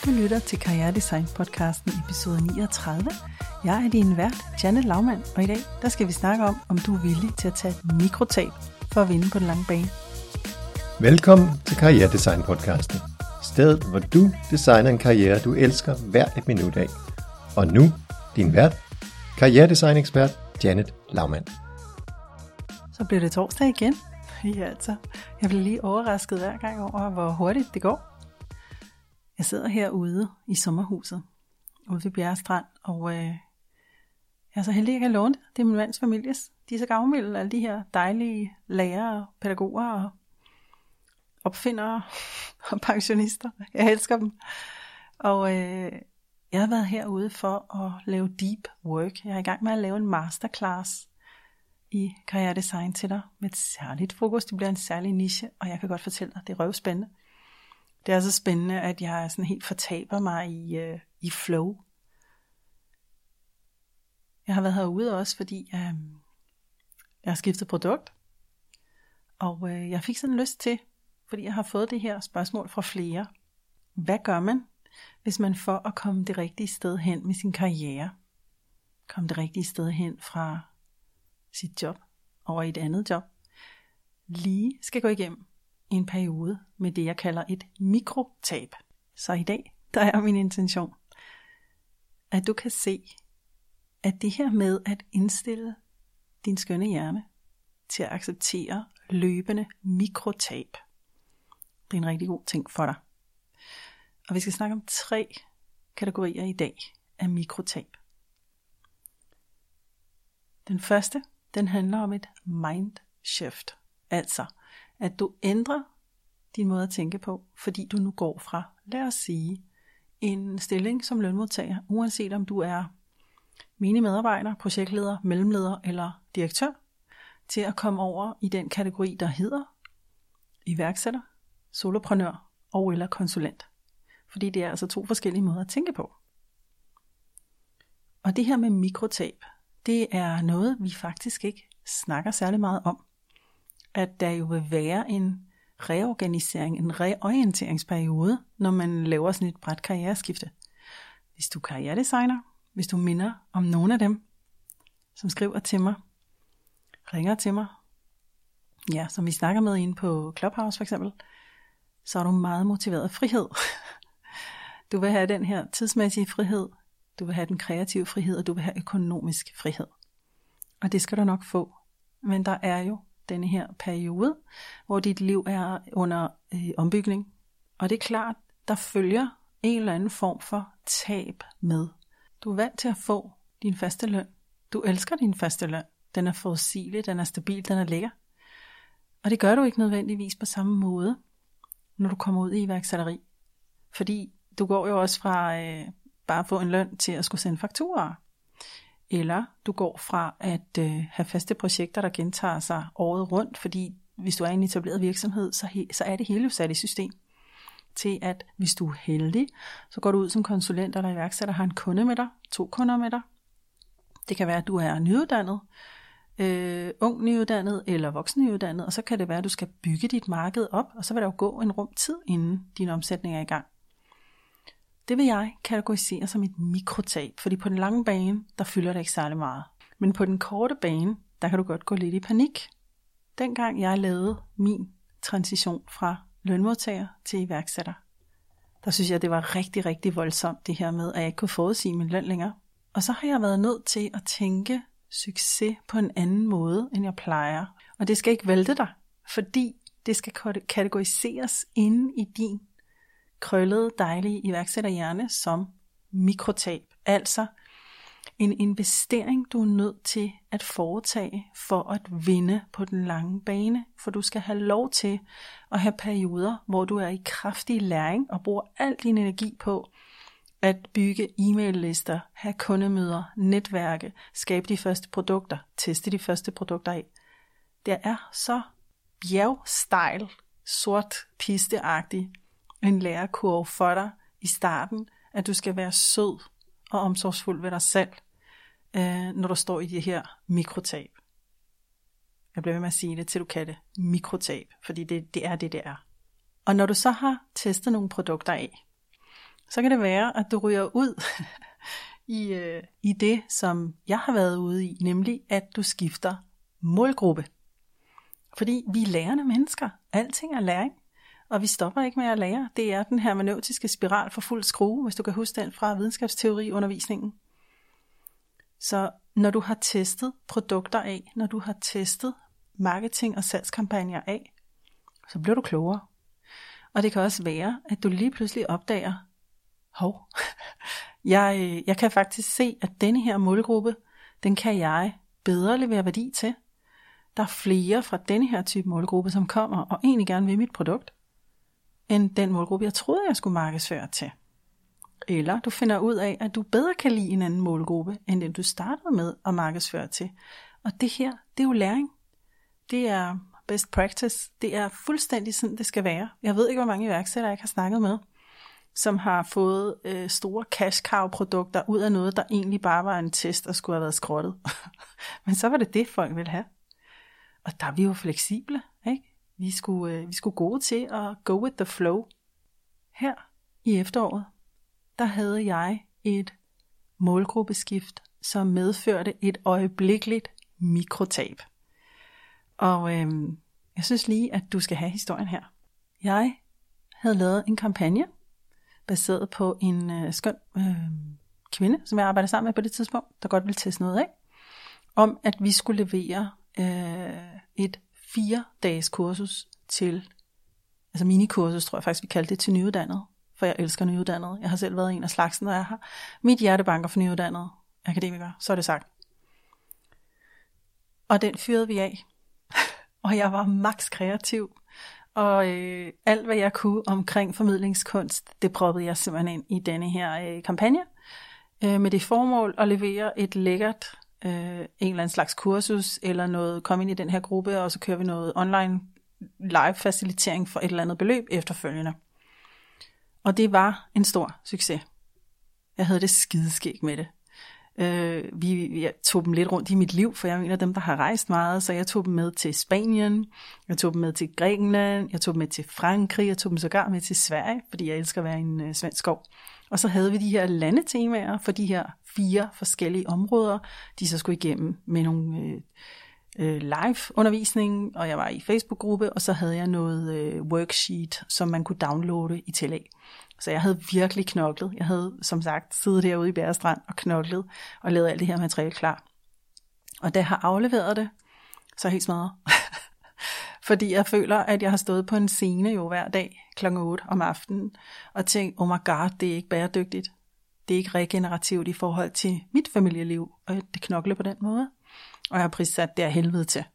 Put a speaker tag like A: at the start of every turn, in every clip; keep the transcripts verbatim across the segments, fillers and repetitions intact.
A: Du lytter til Karrieredesign-podcasten episode niogtredive. Jeg er din vært, Janet Laumann, og i dag der skal vi snakke om, om du er villig til at tage et mikrotab for at vinde på den lange bane.
B: Velkommen til Karrieredesign-podcasten. Stedet, hvor du designer en karriere, du elsker hvert et minut af. Og nu, din vært, karrieredesign-ekspert Janet Laumann.
A: Så bliver det torsdag igen. Ja, altså. Jeg bliver lige overrasket hver gang over, hvor hurtigt det går. Jeg sidder herude i sommerhuset, ude ved Bjerre Strand, og øh, jeg er så heldig, at jeg kan låne det. Det er min mands families. De er så gavmilde, alle de her dejlige lærere, pædagoger og opfindere og pensionister. Jeg elsker dem. Og øh, jeg har været herude for at lave deep work. Jeg er i gang med at lave en masterclass i karrieredesign til dig med et særligt fokus. Det bliver en særlig niche, og jeg kan godt fortælle dig, det er røvspændende. Det er så spændende, at jeg sådan helt fortaber mig i, øh, i flow. Jeg har været herude også, fordi øh, jeg har skiftet produkt. Og øh, jeg fik sådan lyst til, fordi jeg har fået det her spørgsmål fra flere. Hvad gør man, hvis man får at komme det rigtige sted hen med sin karriere? Komme det rigtige sted hen fra sit job over i et andet job. Lige skal gå igennem en periode med det, jeg kalder et mikrotab. Så i dag, der er min intention, at du kan se, at det her med at indstille din skønne hjerne til at acceptere løbende mikrotab, det er en rigtig god ting for dig. Og vi skal snakke om tre kategorier i dag af mikrotab. Den første, den handler om et mind shift. Altså, at du ændrer din måde at tænke på, fordi du nu går fra, lad os sige, en stilling som lønmodtager, uanset om du er menig medarbejder, projektleder, mellemleder eller direktør, til at komme over i den kategori, der hedder iværksætter, soloprenør og eller konsulent. Fordi det er altså to forskellige måder at tænke på. Og det her med mikrotab, det er noget, vi faktisk ikke snakker særlig meget om. At der jo vil være en reorganisering, en reorienteringsperiode, når man laver sådan et bredt karriereskifte. Hvis du er karrieredesigner, hvis du minder om nogle af dem, som skriver til mig, ringer til mig, ja, som vi snakker med inde på Clubhouse for eksempel, så er du meget motiveret af frihed. Du vil have den her tidsmæssige frihed, du vil have den kreative frihed, og du vil have økonomisk frihed. Og det skal du nok få. Men der er jo denne her periode, hvor dit liv er under øh, ombygning. Og det er klart, der følger en eller anden form for tab med. Du er vant til at få din faste løn. Du elsker din faste løn. Den er forudsigelig, den er stabil, den er lækker. Og det gør du ikke nødvendigvis på samme måde, når du kommer ud i iværksætteri. Fordi du går jo også fra øh, bare at få en løn til at skulle sende fakturer. Eller du går fra at øh, have faste projekter, der gentager sig året rundt, fordi hvis du er en etableret virksomhed, så, he, så er det hele jo sat i system. Til at hvis du er heldig, så går du ud som konsulent eller iværksætter, har en kunde med dig, to kunder med dig. Det kan være, at du er nyuddannet, øh, ung nyuddannet eller voksen nyuddannet, og så kan det være, at du skal bygge dit marked op, og så vil der jo gå en rum tid, inden din omsætning er i gang. Det vil jeg kategorisere som et mikrotab, fordi på den lange bane, der fylder det ikke særlig meget. Men på den korte bane, der kan du godt gå lidt i panik. Dengang jeg lavede min transition fra lønmodtager til iværksætter, der synes jeg, det var rigtig, rigtig voldsomt det her med, at jeg ikke kunne forudsige min løn længere. Og så har jeg været nødt til at tænke succes på en anden måde, end jeg plejer. Og det skal ikke vælte dig, fordi det skal kategoriseres inde i din krøllede, dejlige iværksætterhjerne som mikrotab. Altså en investering, du er nødt til at foretage for at vinde på den lange bane. For du skal have lov til at have perioder, hvor du er i kraftig læring og bruger al din energi på at bygge e-mail-lister, have kundemøder, netværke, skabe de første produkter, teste de første produkter af. Det er så bjergstejl, sort pisteagtigt en lærekurve for dig i starten, at du skal være sød og omsorgsfuld ved dig selv, øh, når du står i det her mikrotab. Jeg bliver ved med at sige det, til du kan det. Mikrotab, fordi det, det er det, det er. Og når du så har testet nogle produkter af, så kan det være, at du ryger ud i, øh, i det, som jeg har været ude i, nemlig at du skifter målgruppe. Fordi vi er lærende mennesker. Alting er læring. Og vi stopper ikke med at lære. Det er den hermeneutiske spiral for fuld skrue, hvis du kan huske den fra videnskabsteori-undervisningen. Så når du har testet produkter af, når du har testet marketing- og salgskampagner af, så bliver du klogere. Og det kan også være, at du lige pludselig opdager, hov, jeg, jeg kan faktisk se, at denne her målgruppe, den kan jeg bedre levere værdi til. Der er flere fra denne her type målgruppe, som kommer og egentlig gerne vil mit produkt, end den målgruppe, jeg troede, jeg skulle markedsføre til. Eller du finder ud af, at du bedre kan lide en anden målgruppe, end den du startede med at markedsføre til. Og det her, det er jo læring. Det er best practice. Det er fuldstændig sådan, det skal være. Jeg ved ikke, hvor mange iværksættere jeg har snakket med, som har fået øh, store cash cow produkter ud af noget, der egentlig bare var en test og skulle have været skrottet. Men så var det det, folk ville have. Og der er vi jo fleksible, ikke? Vi skulle, øh, vi skulle gode til at go with the flow. Her i efteråret, der havde jeg et målgruppeskift, som medførte et øjeblikkeligt mikrotab. Og øh, jeg synes lige, at du skal have historien her. Jeg havde lavet en kampagne, baseret på en øh, skøn øh, kvinde, som jeg arbejdede sammen med på det tidspunkt, der godt ville teste noget af, om at vi skulle levere øh, et fire dages kursus til, altså minikursus tror jeg faktisk vi kaldte det, til nyuddannede, for jeg elsker nyuddannede. Jeg har selv været en af slagsen, og jeg har mit hjerte banker for nyuddannede akademikere, så er det sagt. Og den fyrede vi af, og jeg var maks kreativ, og øh, alt hvad jeg kunne omkring formidlingskunst, det proppede jeg simpelthen ind i denne her øh, kampagne, øh, med det formål at levere et lækkert øh, en eller anden slags kursus, eller noget, kom ind i den her gruppe, og så kører vi noget online live facilitering for et eller andet beløb efterfølgende. Og det var en stor succes. Jeg havde det skideskæg med det. Øh, vi, jeg tog dem lidt rundt i mit liv, for jeg er en af dem, der har rejst meget, så jeg tog dem med til Spanien, jeg tog dem med til Grækenland, jeg tog dem med til Frankrig, jeg tog dem sågar med til Sverige, fordi jeg elsker at være i en øh, svensk skov. Og så havde vi de her landetemaer for de her fire forskellige områder, de så skulle igennem med nogle øh, øh, live-undervisning, og jeg var i Facebook-gruppe, og så havde jeg noget øh, worksheet, som man kunne downloade i tillæg. Så jeg havde virkelig knoklet. Jeg havde, som sagt, siddet derude i Bærestrand og knoklet og lavet alt det her materiale klar. Og da jeg har afleveret det, så er jeg helt smadret. Fordi jeg føler, at jeg har stået på en scene jo hver dag klokken otte om aftenen og tænkt, oh my god, det er ikke bæredygtigt. Det er ikke regenerativt i forhold til mit familieliv, og det knokle på den måde. Og jeg har prissat det af helvede til.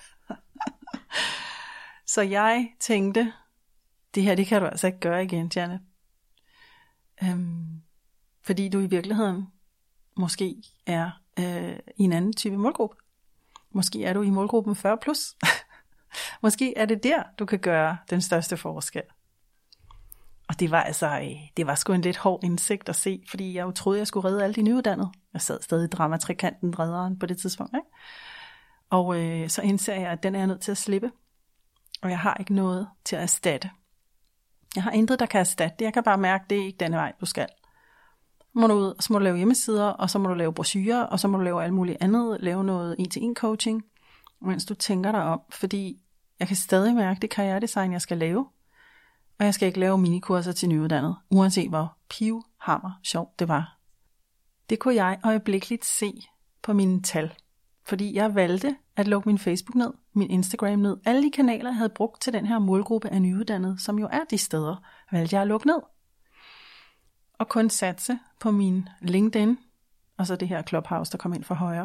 A: Så jeg tænkte, det her, det kan du altså ikke gøre igen, Janet. Øhm, fordi du i virkeligheden måske er øh, i en anden type målgruppe. Måske er du i målgruppen fyrre plus. Måske er det der, du kan gøre den største forskel. Og det var altså, det var sgu en lidt hård indsigt at se, fordi jeg jo troede, jeg skulle redde alle de nyuddannede. Jeg sad stadig i dramatrikanten redderen på det tidspunkt, ikke? Og øh, så indser jeg, at den er jeg nødt til at slippe. Og jeg har ikke noget til at erstatte. Jeg har intet, der kan erstatte det. Jeg kan bare mærke, at det er ikke denne vej, du skal. Så må du ud, og så må du lave hjemmesider, og så må du lave brochurer, og så må du lave alt muligt andet. Lave noget en-til-en coaching, mens du tænker dig om. Fordi jeg kan stadig mærke, det karrieredesign, jeg skal lave. Og jeg skal ikke lave minikurser til nyuddannede, uanset hvor pivhammer sjovt det var. Det kunne jeg øjeblikkeligt se på mine tal. Fordi jeg valgte at lukke min Facebook ned, min Instagram ned. Alle de kanaler, jeg havde brugt til den her målgruppe af nyuddannede, som jo er de steder, valgte jeg at lukke ned. Og kun satse på min LinkedIn, og så det her Clubhouse, der kom ind fra højre.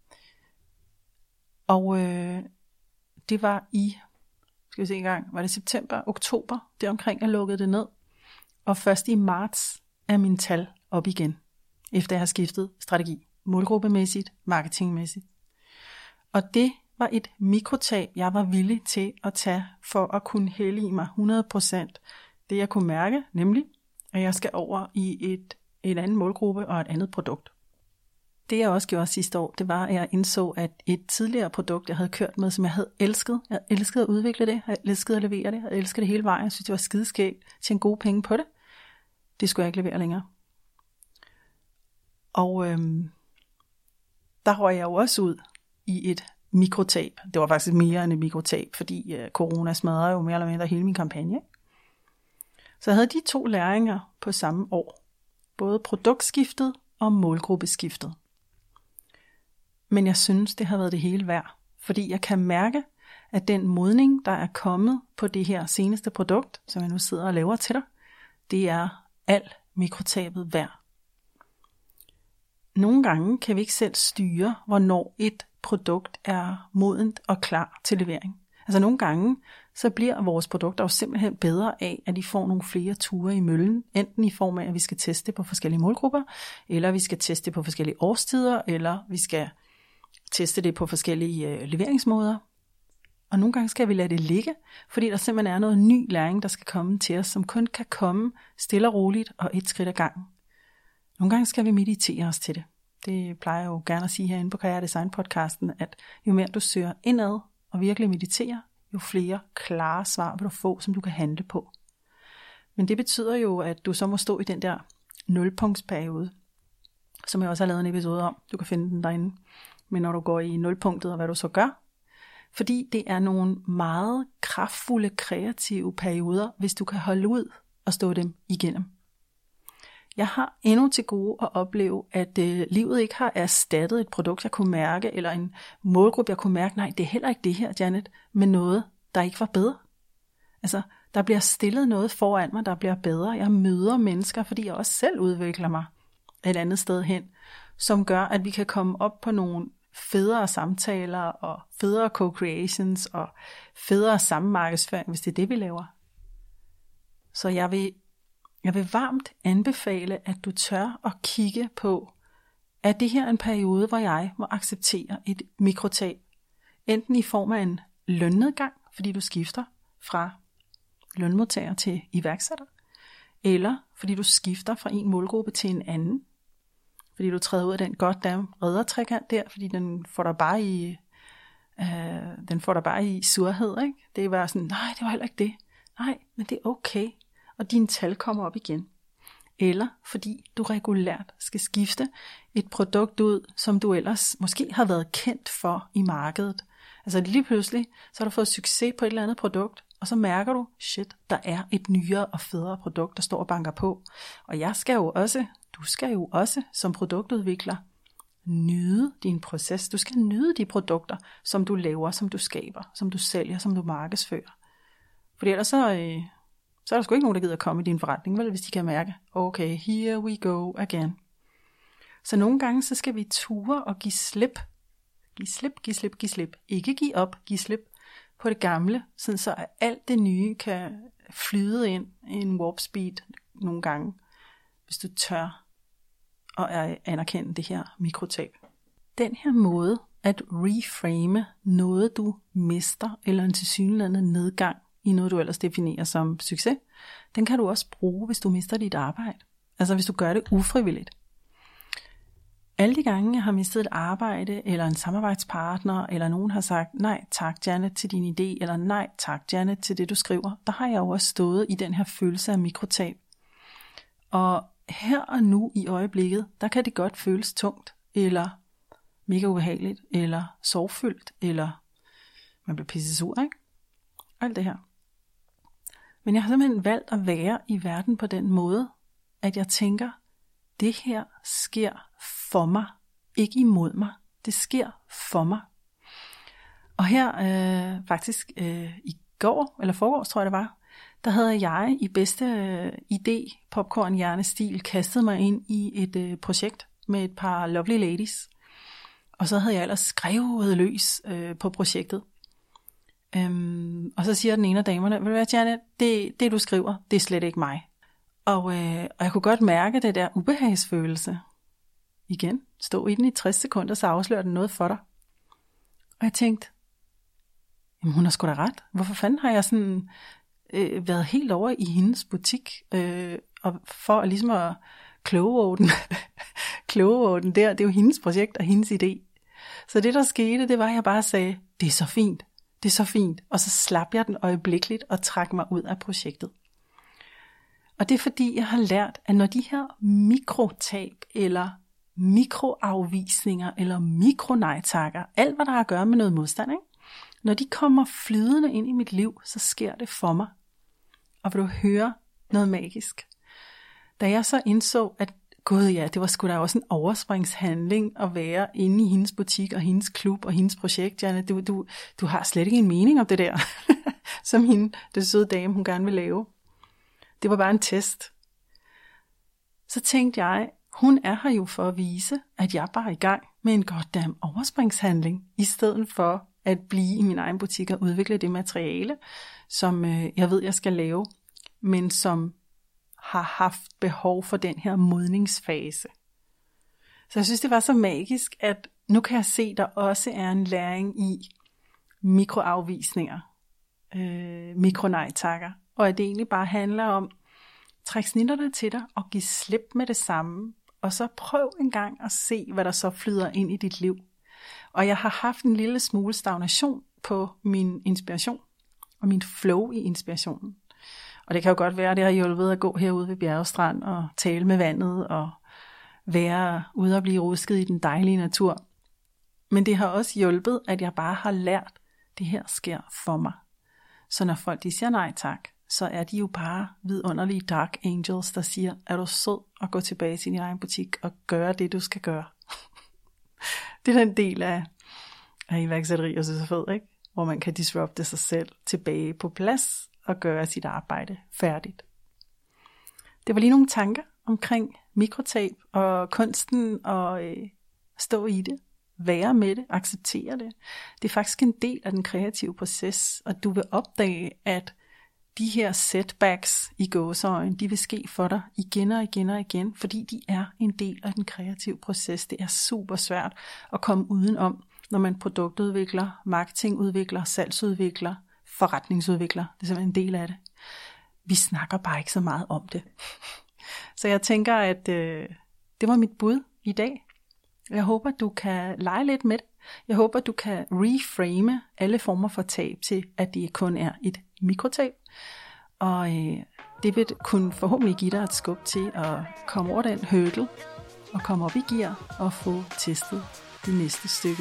A: Og øh, det var i, skal vi se en gang, var det september, oktober, det omkring, jeg lukkede det ned. Og først i marts er mine tal op igen, efter jeg har skiftet strategi, målgruppemæssigt, marketingmæssigt. Og det var et mikrotab, jeg var villig til at tage for at kunne hælde i mig hundrede procent det, jeg kunne mærke, nemlig, at jeg skal over i et, en anden målgruppe og et andet produkt. Det jeg også gjorde sidste år, det var, at jeg indså, at et tidligere produkt, jeg havde kørt med, som jeg havde elsket, jeg elskede at udvikle det, jeg elskede at levere det, jeg elskede det hele vejen, jeg synes, det var skideskægt, tjene gode penge på det. det skulle jeg ikke levere længere. Og øhm, der røg jeg jo også ud i et mikrotab. Det var faktisk mere end et mikrotab, fordi øh, corona smadrede jo mere eller mindre hele min kampagne. Så jeg havde de to læringer på samme år. Både produktskiftet og målgruppeskiftet. Men jeg synes, det har været det hele værd. Fordi jeg kan mærke, at den modning, der er kommet på det her seneste produkt, som jeg nu sidder og laver til dig, det er al mikrotabet værd. Nogle gange kan vi ikke selv styre, hvornår et produkt er modent og klar til levering. Altså nogle gange, så bliver vores produkter jo simpelthen bedre af, at de får nogle flere ture i møllen, enten i form af, at vi skal teste på forskellige målgrupper, eller vi skal teste på forskellige årstider, eller vi skal teste det på forskellige øh, leveringsmåder. Og nogle gange skal vi lade det ligge, fordi der simpelthen er noget ny læring, der skal komme til os, som kun kan komme stille og roligt og et skridt ad gangen. Nogle gange skal vi meditere os til det. Det plejer jeg jo gerne at sige herinde på Karriere Design podcasten, at jo mere du søger indad og virkelig mediterer, jo flere klare svar vil du få, som du kan handle på. Men det betyder jo, at du så må stå i den der nulpunktsperiode, som jeg også har lavet en episode om. Du kan finde den derinde. Men når du går i nulpunktet, og hvad du så gør, fordi det er nogle meget kraftfulde, kreative perioder, hvis du kan holde ud og stå dem igennem. Jeg har endnu til gode at opleve, at øh, livet ikke har erstattet et produkt, jeg kunne mærke, eller en målgruppe, jeg kunne mærke, nej, det er heller ikke det her, Janet, men noget, der ikke var bedre. Altså, der bliver stillet noget foran mig, der bliver bedre. Jeg møder mennesker, fordi jeg også selv udvikler mig et andet sted hen, som gør, at vi kan komme op på nogle federe samtaler, og federe co-creations, og federe sammarkedsføring, hvis det er det, vi laver. Så jeg vil Jeg vil varmt anbefale, at du tør at kigge på, at det her er en periode, hvor jeg må acceptere et mikrotab. Enten i form af en lønnedgang, fordi du skifter fra lønmodtager til iværksætter, eller fordi du skifter fra en målgruppe til en anden, fordi du træder ud af den goddamn reddertrekant der, fordi den får dig bare i, øh, den får dig bare i surhed, ikke? Det var sådan, nej, det var heller ikke det. Nej, men det er okay. Og dine tal kommer op igen. Eller fordi du regulært skal skifte et produkt ud, som du ellers måske har været kendt for i markedet. Altså lige pludselig, så har du fået succes på et eller andet produkt, og så mærker du, shit, der er et nyere og federe produkt, der står og banker på. Og jeg skal jo også, du skal jo også som produktudvikler nyde din proces. Du skal nyde de produkter, som du laver, som du skaber, som du sælger, som du markedsfører. Fordi ellers så... Øh, Så er der sgu ikke nogen, der gider komme i din forretning, vel, hvis de kan mærke, okay, here we go again. Så nogle gange, så skal vi ture og give slip. Giv slip, giv slip, giv slip. Ikke give op, giv slip på det gamle, sådan så at alt det nye kan flyde ind i en warp speed nogle gange, hvis du tør at anerkende det her mikrotab. Den her måde at reframe noget, du mister, eller en tilsyneladende nedgang, i noget, du ellers definerer som succes, den kan du også bruge, hvis du mister dit arbejde. Altså hvis du gør det ufrivilligt. Alle de gange, jeg har mistet et arbejde, eller en samarbejdspartner, eller nogen har sagt, nej tak Janet til din idé, eller nej tak Janet til det, du skriver, der har jeg jo også stået i den her følelse af mikrotab. Og her og nu i øjeblikket, der kan det godt føles tungt, eller mega ubehageligt, eller sorgfyldt, eller man bliver pisse sur, ikke? Alt det her. Men jeg har simpelthen valgt at være i verden på den måde, at jeg tænker, det her sker for mig, ikke imod mig. Det sker for mig. Og her øh, faktisk øh, i går, eller forgårs tror jeg det var, der havde jeg i bedste øh, idé, popcorn hjernestil, kastet mig ind i et øh, projekt med et par lovely ladies. Og så havde jeg ellers skrevet løs øh, på projektet. Øhm, og så siger den ene af damerne, ved du hvad, Janet, det, det du skriver, det er slet ikke mig. Og, øh, og jeg kunne godt mærke det der ubehagsfølelse. Igen, stå i den i tres sekunder, så afslører den noget for dig. Og jeg tænkte, jamen hun har sgu da ret. Hvorfor fanden har jeg sådan øh, været helt over i hendes butik, øh, og for ligesom at kloge den, kloge den der, det er jo hendes projekt og hendes idé. Så det der skete, det var, at jeg bare sagde, det er så fint. Det er så fint. Og så slap jeg den øjeblikkeligt og trak mig ud af projektet. Og det er fordi, jeg har lært, at når de her mikrotab eller mikroafvisninger eller mikronejtakker, alt hvad der har at gøre med noget modstand, ikke? Når de kommer flydende ind i mit liv, så sker det for mig. Og vil du høre noget magisk? Da jeg så indså, at gud ja, det var sgu da også en overspringshandling at være inde i hendes butik og hendes klub og hendes projekt, Janne. Du, du, du har slet ikke en mening om det der, som hende, den søde dame, hun gerne vil lave. Det var bare en test. Så tænkte jeg, hun er her jo for at vise, at jeg bare er i gang med en goddamn overspringshandling, i stedet for at blive i min egen butik og udvikle det materiale, som øh, jeg ved, jeg skal lave, men som har haft behov for den her modningsfase. Så jeg synes, det var så magisk, at nu kan jeg se, at der også er en læring i mikroafvisninger, øh, mikronejtakker, og at det egentlig bare handler om, træk snitterne til dig og giv slip med det samme, og så prøv en gang at se, hvad der så flyder ind i dit liv. Og jeg har haft en lille smule stagnation på min inspiration, og min flow i inspirationen. Og det kan jo godt være, at det har hjulpet at gå herude ved Bjergestrand og tale med vandet og være ude og blive rusket i den dejlige natur. Men det har også hjulpet, at jeg bare har lært, at det her sker for mig. Så når folk de siger nej tak, så er de jo bare vidunderlige dark angels, der siger, er du sød at gå tilbage til din egen butik og gøre det, du skal gøre. Det er den del af, af iværksætteri, jeg synes er fed, ikke? Hvor man kan disrupte sig selv tilbage på plads og gøre sit arbejde færdigt. Det var lige nogle tanker omkring mikrotab og kunsten og øh, stå i det, være med det, acceptere det. Det er faktisk en del af den kreative proces, og du vil opdage, at de her setbacks i gåseøjne, de vil ske for dig igen og igen og igen, fordi de er en del af den kreative proces. Det er super svært at komme udenom, når man produktudvikler, marketingudvikler, salgsudvikler, forretningsudvikler. Det er simpelthen en del af det. Vi snakker bare ikke så meget om det. Så jeg tænker, at øh, det var mit bud i dag. Jeg håber, du kan lege lidt med det. Jeg håber, du kan reframe alle former for tab til, at det kun er et mikrotab. Og øh, det vil kunne forhåbentlig give dig et skub til at komme over den hurdle og komme op i gear og få testet det næste stykke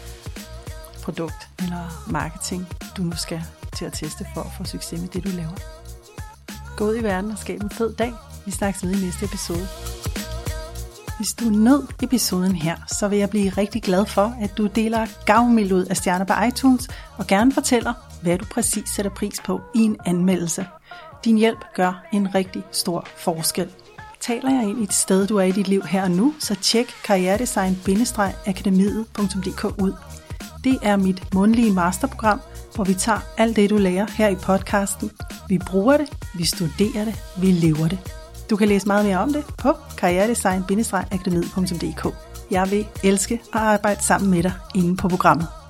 A: produkt eller marketing, du nu skal til at teste for at få succes med det, du laver. Gå ud i verden og skab en fed dag. Vi snakkes ved i næste episode. Hvis du nød episoden her, så vil jeg blive rigtig glad for, at du deler gavmild ud af stjerner på iTunes, og gerne fortæller, hvad du præcis sætter pris på i en anmeldelse. Din hjælp gør en rigtig stor forskel. Taler jeg ind i et sted, du er i dit liv her og nu, så tjek karrieredesign bindestreg akademiet punktum d k ud. Det er mit mundlige masterprogram, hvor vi tager alt det, du lærer her i podcasten. Vi bruger det, vi studerer det, vi lever det. Du kan læse meget mere om det på karrieredesign bindestreg akademiet punktum d k. Jeg vil elske at arbejde sammen med dig inde på programmet.